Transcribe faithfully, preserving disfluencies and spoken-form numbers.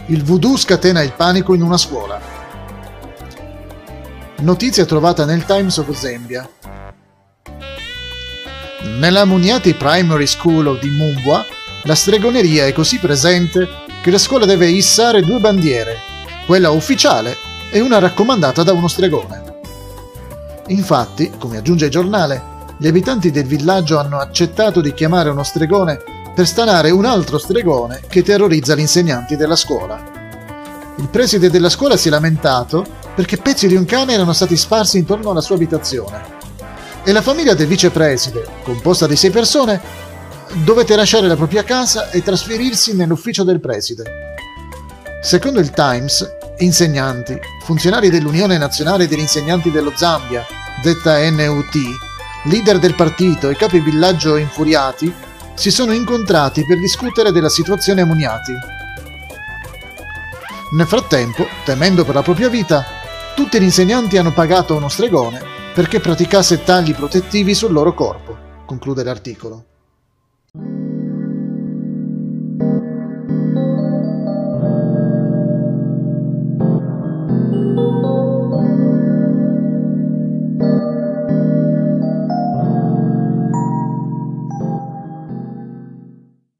Il voodoo scatena il panico in una scuola. Notizia trovata nel Times of Zambia. Nella Muniati Primary School di Mumbwa, la stregoneria è così presente che la scuola deve issare due bandiere, quella ufficiale e una raccomandata da uno stregone. Infatti, come aggiunge il giornale, gli abitanti del villaggio hanno accettato di chiamare uno stregone per stanare un altro stregone che terrorizza gli insegnanti della scuola. Il preside della scuola si è lamentato perché pezzi di un cane erano stati sparsi intorno alla sua abitazione. E la famiglia del vicepreside, composta di sei persone, dovette lasciare la propria casa e trasferirsi nell'ufficio del preside. Secondo il Times, insegnanti, funzionari dell'Unione Nazionale degli Insegnanti dello Zambia, Z N U T, leader del partito e capi villaggio infuriati si sono incontrati per discutere della situazione a Muniati. Nel frattempo, temendo per la propria vita, tutti gli insegnanti hanno pagato uno stregone perché praticasse tagli protettivi sul loro corpo, conclude l'articolo.